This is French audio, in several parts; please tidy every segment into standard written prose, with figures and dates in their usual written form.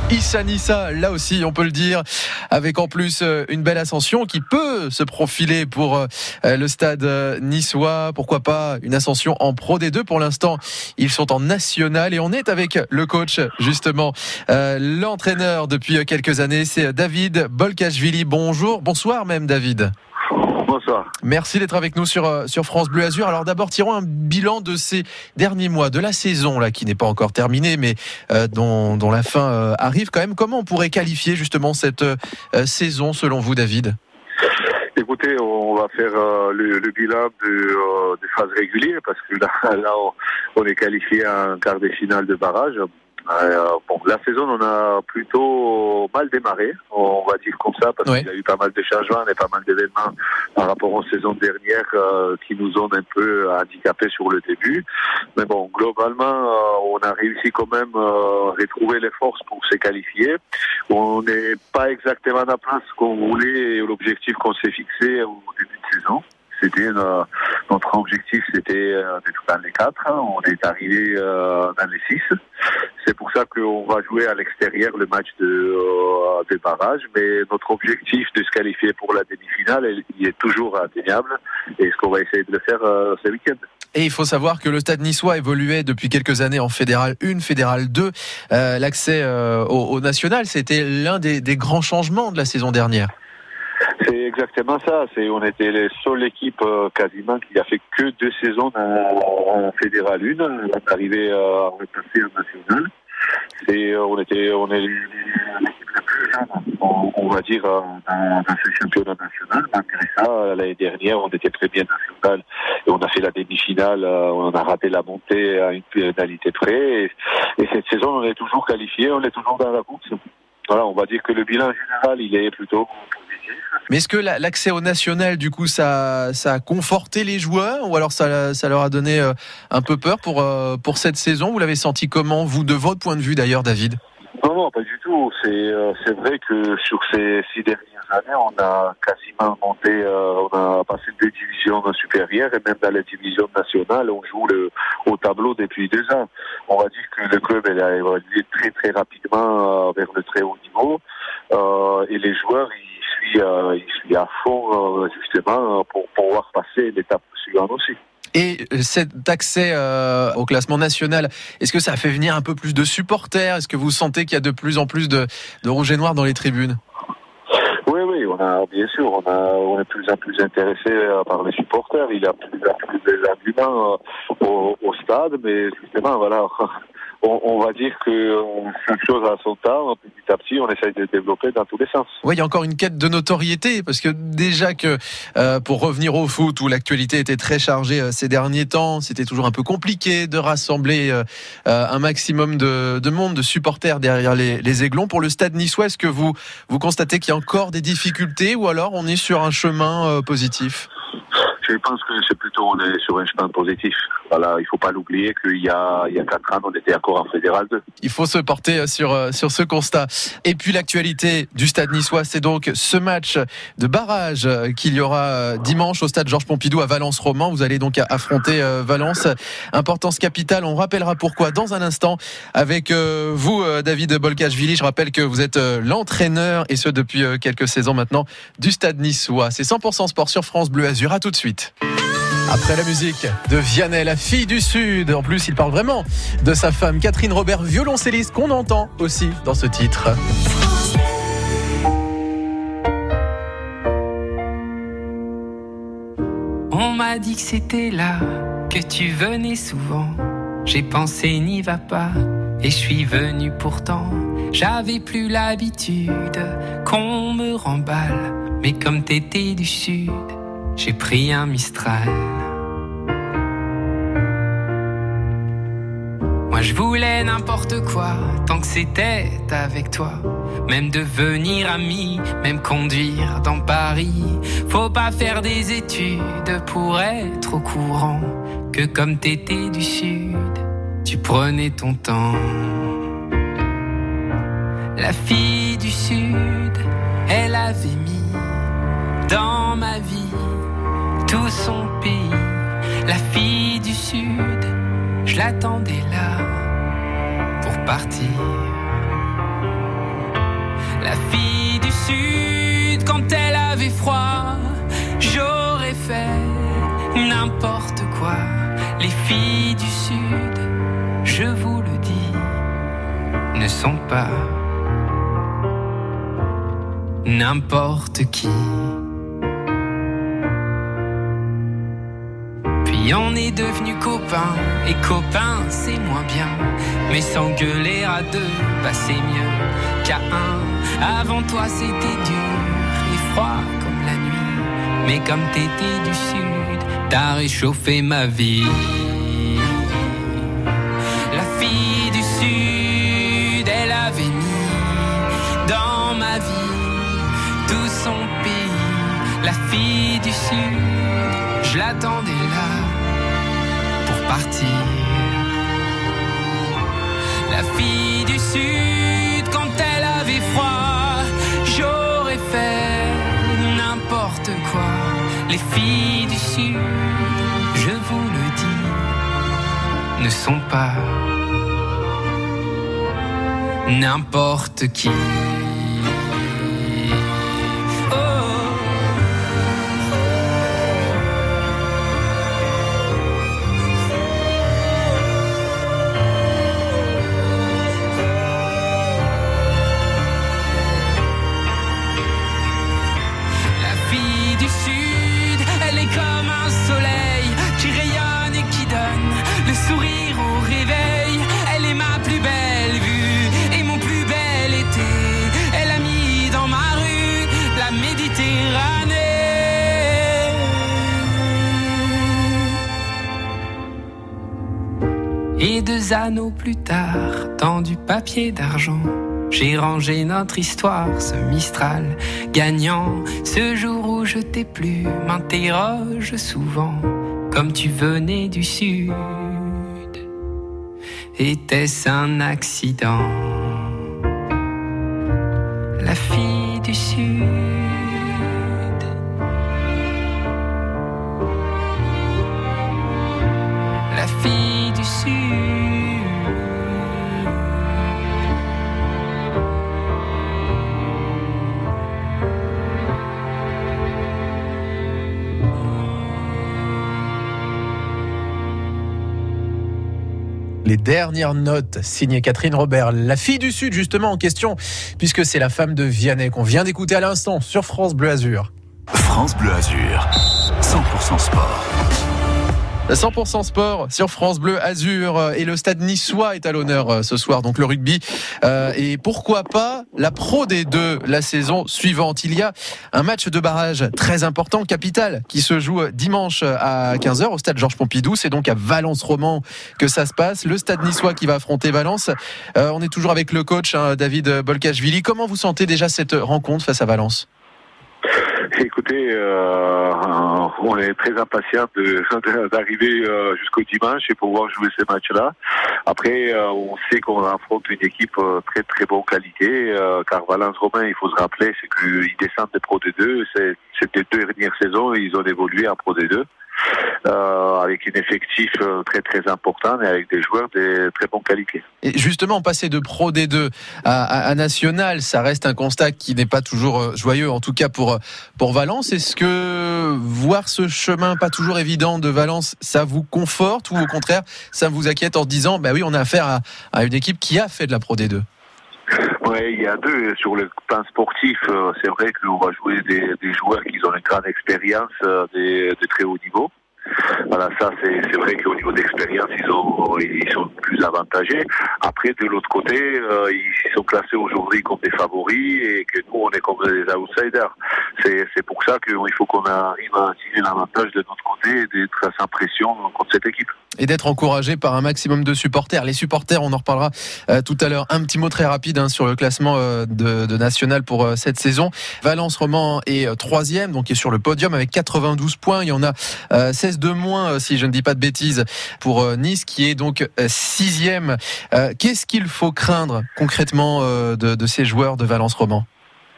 Issa Nissa, là aussi on peut le dire, avec en plus une belle ascension qui peut se profiler pour le stade niçois. Pourquoi pas une ascension en Pro D2. Pour l'instant ils sont en national et on est avec le coach justement, l'entraîneur depuis quelques années, c'est David Bolkashvili. Bonsoir même David. Bonsoir. Merci d'être avec nous sur France Bleu Azur. Alors d'abord, tirons un bilan de ces derniers mois, de la saison là qui n'est pas encore terminée, mais dont la fin arrive quand même. Comment on pourrait qualifier justement cette saison selon vous, David ? Écoutez, on va faire le bilan des phases régulières parce que là on est qualifié à un quart de finale de barrage. La saison on a plutôt mal démarré, on va dire comme ça, parce qu'il y a eu pas mal de changements et pas mal d'événements par rapport aux saisons dernières qui nous ont un peu handicapés sur le début. Mais bon, globalement, on a réussi quand même à retrouver les forces pour se qualifier. On n'est pas exactement à la place qu'on voulait et l'objectif qu'on s'est fixé au début de saison. Notre objectif, c'était d'être dans les 4. On est arrivé dans les 6. C'est pour ça qu'on va jouer à l'extérieur le match de barrage. Mais notre objectif de se qualifier pour la demi-finale, il est toujours atteignable. Et ce qu'on va essayer de le faire ce week-end. Et il faut savoir que le stade niçois évoluait depuis quelques années en Fédéral 1, Fédéral 2. L'accès au national, c'était l'un des grands changements de la saison dernière. C'est exactement ça. On était les seules équipes quasiment qui a fait que 2 saisons en Fédéral 1. On est arrivé à repasser en national. On est l'équipe la plus jeune, on va dire, dans ce championnat national. Malgré ça, l'année dernière, on était premier national et on a fait la demi-finale. On a raté la montée à une pénalité près. Et cette saison, on est toujours qualifié, on est toujours dans la course. Voilà, on va dire que le bilan général, il est plutôt positif. Mais est-ce que l'accès au national, du coup, ça a conforté les joueurs ou alors ça leur a donné un peu peur pour cette saison ? Vous l'avez senti comment, vous, de votre point de vue d'ailleurs, David ? Non, pas du tout. C'est vrai que sur ces 6 dernières années, on a quasiment monté, on a passé 2 divisions supérieures et même dans les divisions nationales, on joue au tableau depuis 2 ans. On va dire que le club a évolué très très rapidement vers le très haut niveau et les joueurs ils suivent à fond justement pour pouvoir passer l'étape suivante aussi. Et cet accès au classement national, est-ce que ça a fait venir un peu plus de supporters ? Est-ce que vous sentez qu'il y a de plus en plus de rouge et noir dans les tribunes ? Oui, bien sûr, on est de plus en plus intéressé par les supporters. Il y a plus en plus d'arguments au stade, mais justement, voilà, on va dire que chaque chose a son temps. Petit à petit, on essaye de développer dans tous les sens. Oui, il y a encore une quête de notoriété, parce que déjà que pour revenir au foot, où l'actualité était très chargée ces derniers temps, c'était toujours un peu compliqué de rassembler un maximum de monde, de supporters derrière les aiglons. Pour le stade niçois, est-ce que vous constatez qu'il y a encore des difficultés, ou alors on est sur un chemin positif ? Je pense que on est sur un chemin positif. Voilà, il faut pas l'oublier qu'il y a 4 ans, on était encore en Fédéral 2. Il faut se porter sur ce constat. Et puis l'actualité du stade niçois, c'est donc ce match de barrage qu'il y aura dimanche au stade Georges Pompidou à Valence-Roman. Vous allez donc affronter Valence. Importance capitale. On rappellera pourquoi dans un instant avec vous, David Bolkashvili. Je rappelle que vous êtes l'entraîneur, et ce depuis quelques saisons maintenant, du stade niçois. C'est 100% sport sur France Bleu Azur. À tout de suite. Après la musique de Vianney, la fille du Sud. En plus, il parle vraiment de sa femme, Catherine Robert, violoncelliste, qu'on entend aussi dans ce titre. On m'a dit que c'était là, que tu venais souvent. J'ai pensé n'y va pas, et je suis venu pourtant. J'avais plus l'habitude qu'on me remballe, mais comme t'étais du Sud, j'ai pris un Mistral. Moi je voulais n'importe quoi, tant que c'était avec toi. Même devenir ami, même conduire dans Paris. Faut pas faire des études pour être au courant que comme t'étais du Sud, tu prenais ton temps. La fille du Sud, elle avait mis dans ma vie tout son pays. La fille du Sud, je l'attendais là pour partir. Sud, quand elle avait froid, j'aurais fait n'importe quoi. Les filles du Sud, je vous le dis, ne sont pas n'importe qui. Puis on est devenus copains, et copains c'est moins bien. Mais s'engueuler à deux, bah c'est mieux qu'à un. Avant toi c'était dur et froid comme la nuit. Mais comme t'étais du Sud, t'as réchauffé ma vie. La fille du Sud, elle avait mis dans ma vie tout son pays. La fille du Sud, je l'attendais là pour partir. La fille du Sud, quand elle avait froid, j'aurais fait n'importe quoi. Les filles du Sud, je vous le dis, ne sont pas n'importe qui. Et 2 anneaux plus tard, dans du papier d'argent, j'ai rangé notre histoire, ce Mistral gagnant. Ce jour où je t'ai plu, m'interroge souvent, comme tu venais du Sud, était-ce un accident? La fille du Sud, la fille du Sud. Les dernières notes signées Catherine Robert, la fille du Sud justement en question, puisque c'est la femme de Vianney qu'on vient d'écouter à l'instant sur France Bleu Azur. France Bleu Azur, 100% sport. 100% sport sur France Bleu Azur et le stade niçois est à l'honneur ce soir, donc le rugby et pourquoi pas la Pro D2 la saison suivante. Il y a un match de barrage très important, capital, qui se joue dimanche à 15h au stade Georges Pompidou. C'est donc à Valence-Roman que ça se passe, le stade niçois qui va affronter Valence. On est toujours avec le coach David Bolkashvili. Comment vous sentez déjà cette rencontre face à Valence ? Écoutez, on est très impatients d'arriver jusqu'au dimanche et pouvoir jouer ces matchs-là. Après, on sait qu'on affronte une équipe très très bonne qualité, car Valence-Romain, il faut se rappeler, c'est qu'ils descendent de Pro D2. C'était 2 dernières saisons, ils ont évolué en Pro D2. Avec un effectif très très important et avec des joueurs de très bonne qualité. Et justement, passer de Pro D2 à National, ça reste un constat qui n'est pas toujours joyeux, en tout cas pour Valence. Est-ce que voir ce chemin pas toujours évident de Valence, ça vous conforte ou au contraire, ça vous inquiète en se disant, bah oui, on a affaire à une équipe qui a fait de la Pro D2? Ouais, il y a deux. Sur le plan sportif, c'est vrai qu'on va jouer des joueurs qui ont une grande expérience de très haut niveau. Voilà, ça c'est vrai qu'au niveau d'expérience, ils sont plus avantagés. Après, de l'autre côté, ils sont classés aujourd'hui comme des favoris et que nous, on est comme des outsiders. C'est pour ça qu'il faut qu'on arrive à tirer l'avantage de notre côté et d'être sans pression contre cette équipe. Et d'être encouragé par un maximum de supporters. Les supporters, on en reparlera tout à l'heure. Un petit mot très rapide sur le classement de National pour cette saison. Valence-Roman est 3e, donc est sur le podium avec 92 points. Il y en a 16 de moins, si je ne dis pas de bêtises, pour Nice, qui est donc 6e. Qu'est-ce qu'il faut craindre concrètement de ces joueurs de Valence-Roman ?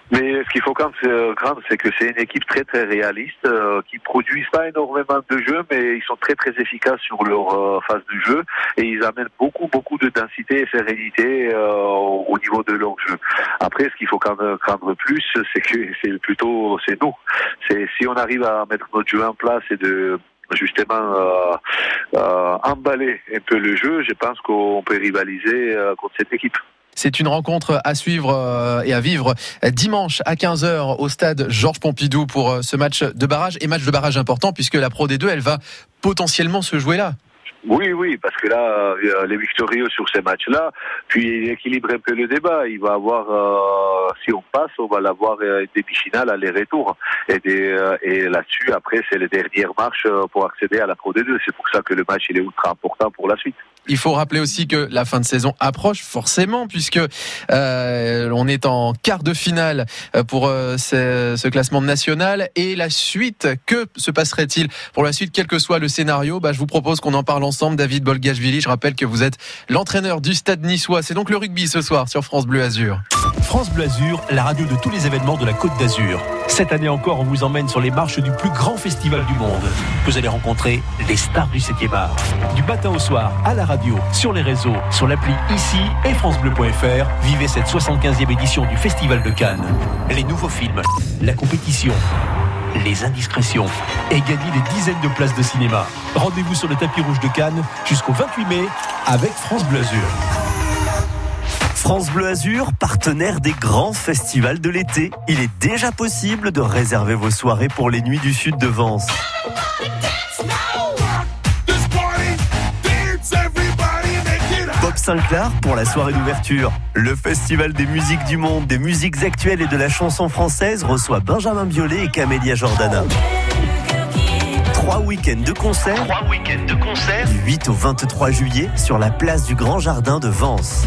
Mais ce qu'il faut quand même craindre, c'est que c'est une équipe très très réaliste, qui produisent pas énormément de jeux, mais ils sont très très efficaces sur leur phase de jeu et ils amènent beaucoup de densité et sérénité au niveau de leur jeu. Après, ce qu'il faut quand même craindre plus, c'est que c'est nous. C'est si on arrive à mettre notre jeu en place et de justement emballer un peu le jeu, je pense qu'on peut rivaliser contre cette équipe. C'est une rencontre à suivre et à vivre dimanche à 15h au stade Georges Pompidou pour ce match de barrage. Et match de barrage important puisque la Pro D2, elle va potentiellement se jouer là. Oui, parce que là, les victorieux sur ces matchs-là, puis il équilibre un peu le débat. Il va avoir, si on passe, on va l'avoir des demi-finales aller-retour. Et là-dessus, après, c'est les dernières marches pour accéder à la Pro D2. C'est pour ça que le match, il est ultra important pour la suite. Il faut rappeler aussi que la fin de saison approche forcément puisque on est en quart de finale pour ce classement national et la suite, que se passerait-il pour la suite, quel que soit le scénario? Je vous propose qu'on en parle ensemble. David Bolgashvili, je rappelle que vous êtes l'entraîneur du Stade Niçois. C'est donc le rugby ce soir sur France Bleu Azur. France Bleu Azur, la radio de tous les événements de la Côte d'Azur. Cette année encore, on vous emmène sur les marches du plus grand festival du monde. Vous allez rencontrer les stars du 7e art. Du matin au soir, à la radio, sur les réseaux, sur l'appli ici et francebleu.fr. Vivez cette 75e édition du Festival de Cannes. Les nouveaux films, la compétition, les indiscrétions et gagnez des dizaines de places de cinéma. Rendez-vous sur le tapis rouge de Cannes jusqu'au 28 mai avec France Bleu Azur. France Bleu Azur, partenaire des grands festivals de l'été. Il est déjà possible de réserver vos soirées pour les Nuits du Sud de Vence. Bob Sinclair pour la soirée d'ouverture. Le Festival des musiques du monde, des musiques actuelles et de la chanson française reçoit Benjamin Biolay et Camélia Jordana. 3 week-ends de concerts. Du 8 au 23 juillet sur la place du Grand Jardin de Vence.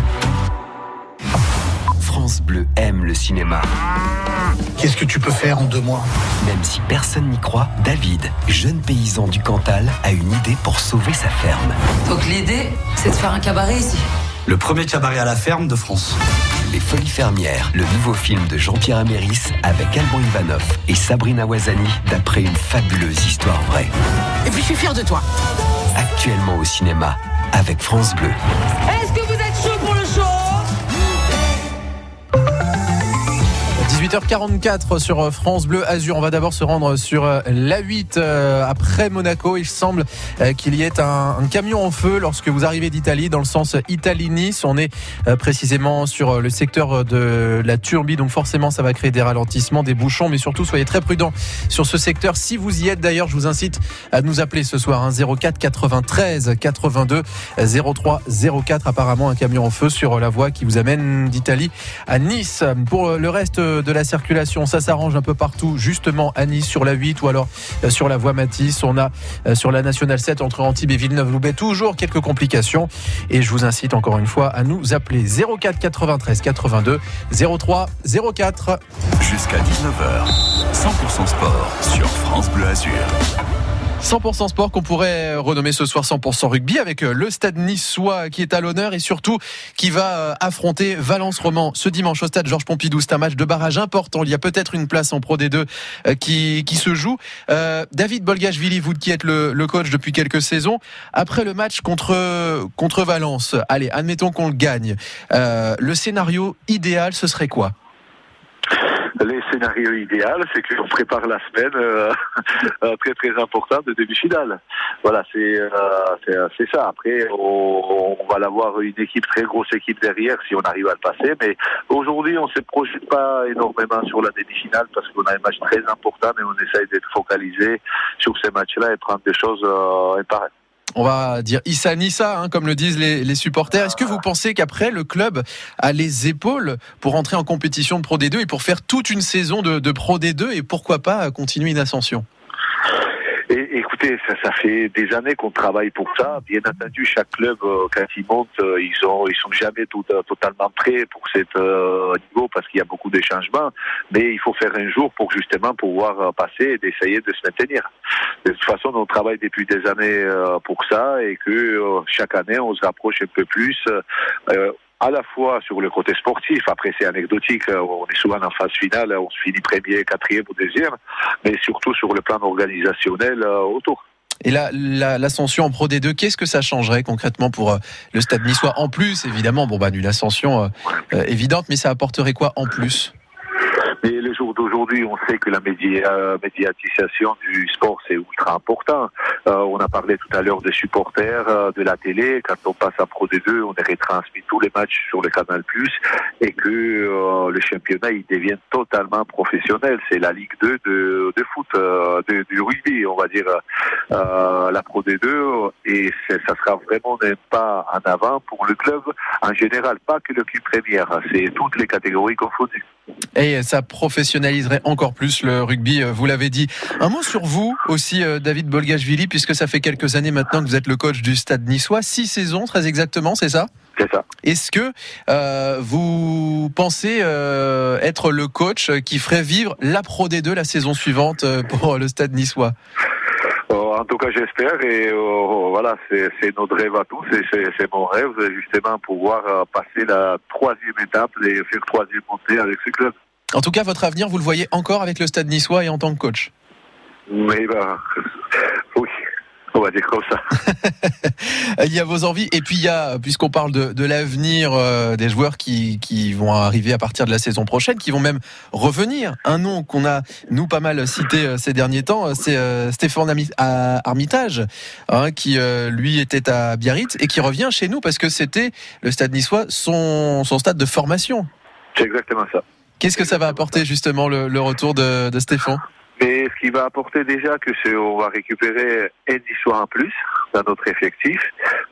France Bleu aime le cinéma. Qu'est-ce que tu peux faire en 2 mois ? Même si personne n'y croit, David, jeune paysan du Cantal, a une idée pour sauver sa ferme. Donc l'idée, c'est de faire un cabaret ici. Le premier cabaret à la ferme de France. Les Folies Fermières, le nouveau film de Jean-Pierre Améris avec Alban Ivanov et Sabrina Ouazani, d'après une fabuleuse histoire vraie. Et puis je suis fière de toi. Actuellement au cinéma, avec France Bleu. Est-ce que vous êtes chaud pour le show ? 18h44 sur France Bleu Azur. On va d'abord se rendre sur l'A8 après Monaco. Il semble qu'il y ait un camion en feu lorsque vous arrivez d'Italie dans le sens Italie-Nice. On est précisément sur le secteur de la Turbie, donc forcément ça va créer des ralentissements, des bouchons, mais surtout soyez très prudents sur ce secteur. Si vous y êtes d'ailleurs, je vous incite à nous appeler ce soir 04 93 82 03 04. Apparemment un camion en feu sur la voie qui vous amène d'Italie à Nice. Pour le reste de la circulation, ça s'arrange un peu partout, justement à Nice sur la 8 ou alors sur la voie Matisse. On a sur la nationale 7 entre Antibes et Villeneuve-Loubet toujours quelques complications et je vous incite encore une fois à nous appeler 04 93 82 03 04. Jusqu'à 19h, 100% sport sur France Bleu Azur. 100% sport qu'on pourrait renommer ce soir 100% rugby avec le Stade Niçois qui est à l'honneur et surtout qui va affronter Valence Roman ce dimanche au stade Georges Pompidou. C'est un match de barrage important. Il y a peut-être une place en Pro D2 qui se joue. David Bolgashvili, vous qui êtes le coach depuis quelques saisons, après le match contre Valence, allez, admettons qu'on le gagne. Le scénario idéal, ce serait quoi ? Les scénarios idéaux, c'est qu'on prépare la semaine très très importante de demi-finale. Voilà, c'est ça. Après, on va avoir une équipe, très grosse équipe derrière si on arrive à le passer. Mais aujourd'hui, on ne se projette pas énormément sur la demi-finale parce qu'on a un match très important et on essaye d'être focalisé sur ces matchs-là et prendre des choses imparées. On va dire Issa Nissa, comme le disent les supporters. Est-ce que vous pensez qu'après, le club a les épaules pour entrer en compétition de Pro D2 et pour faire toute une saison de Pro D2 et pourquoi pas continuer une ascension ? Et écoutez, ça fait des années qu'on travaille pour ça. Bien entendu, chaque club, quand ils montent, ils sont jamais totalement prêts pour cet niveau parce qu'il y a beaucoup de changements. Mais il faut faire un jour pour justement pouvoir passer et d'essayer de se maintenir. De toute façon, on travaille depuis des années pour ça et que chaque année, on se rapproche un peu plus. à la fois sur le côté sportif, après c'est anecdotique, on est souvent en phase finale, on se finit premier, quatrième ou deuxième, mais surtout sur le plan organisationnel autour. Et là, l'ascension en Pro D2, qu'est-ce que ça changerait concrètement pour le Stade niçois? En plus, évidemment, une ascension évidente, mais ça apporterait quoi en plus? Mais le jour d'aujourd'hui, on sait que la médiatisation du sport, c'est ultra important. On a parlé tout à l'heure des supporters, de la télé. Quand on passe à Pro D2, on est retransmis tous les matchs sur le Canal+, et que le championnat, il devient totalement professionnel. C'est la Ligue 2 de foot, du rugby, on va dire, la Pro D2, et ça sera vraiment un pas en avant pour le club en général, pas que l'équipe première, c'est toutes les catégories confondues. Et ça professionnaliserait encore plus le rugby, vous l'avez dit. Un mot sur vous aussi, David Bolgashvili, puisque ça fait quelques années maintenant que vous êtes le coach du Stade niçois, 6 saisons très exactement, c'est ça ? C'est ça. Est-ce que vous pensez être le coach qui ferait vivre la Pro D2 la saison suivante pour le Stade niçois ? En tout cas, j'espère, et voilà, c'est notre rêve à tous, et c'est mon rêve, justement, pouvoir passer la 3e étape et faire 3e montée avec ce club. En tout cas, votre avenir, vous le voyez encore avec le Stade niçois et en tant que coach? Oui, oui. On va dire comme ça. Il y a vos envies, et puis il y a, puisqu'on parle de l'avenir des joueurs qui vont arriver à partir de la saison prochaine, qui vont même revenir. Un nom qu'on a, nous, pas mal cité ces derniers temps, c'est Stéphane Armitage, qui, lui, était à Biarritz et qui revient chez nous parce que c'était le Stade niçois, son stade de formation. C'est exactement ça. Qu'est-ce que ça va apporter, justement, le retour de Stéphane ? Mais ce qui va apporter déjà on va récupérer un niçois en plus dans notre effectif.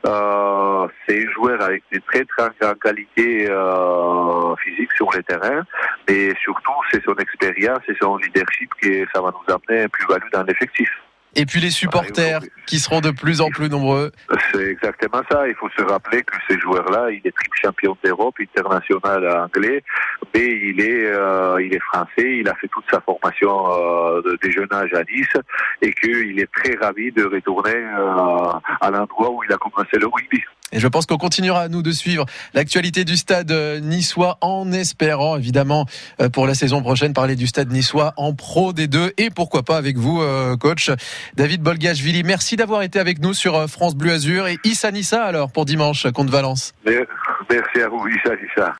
C'est un joueur avec des très très grandes qualités physiques sur le terrain, mais surtout c'est son expérience et son leadership que ça va nous amener un plus-value dans l'effectif. Et puis les supporters qui seront de plus en plus nombreux. C'est exactement ça. Il faut se rappeler que ce joueur-là, il est triple champion d'Europe, international anglais, mais il est français. Il a fait toute sa formation de jeune âge à Nice, et qu'il est très ravi de retourner à l'endroit où il a commencé le rugby. Et je pense qu'on continuera, nous, de suivre l'actualité du Stade niçois, en espérant, évidemment, pour la saison prochaine, parler du Stade niçois en Pro D2, et pourquoi pas avec vous, coach David Bolgashvili. Merci d'avoir été avec nous sur France Bleu Azur, et Issa Nissa alors pour dimanche contre Valence. Merci à vous, Issa Nissa.